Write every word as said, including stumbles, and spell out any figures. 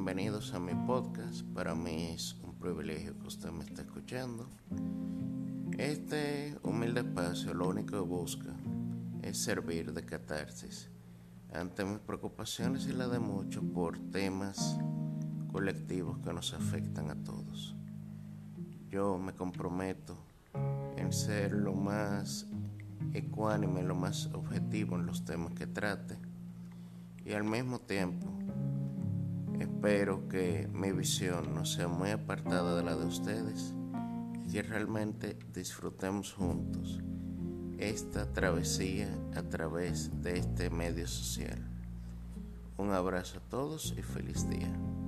bienvenidos a mi podcast. Para mí es un privilegio que usted me esté escuchando. Este humilde espacio lo único que busca es servir de catarsis ante mis preocupaciones y las de muchos por temas colectivos que nos afectan a todos. Yo me comprometo en ser lo más ecuánime, lo más objetivo en los temas que trate, y al mismo tiempo espero que mi visión no sea muy apartada de la de ustedes y que realmente disfrutemos juntos esta travesía a través de este medio social. Un abrazo a todos y feliz día.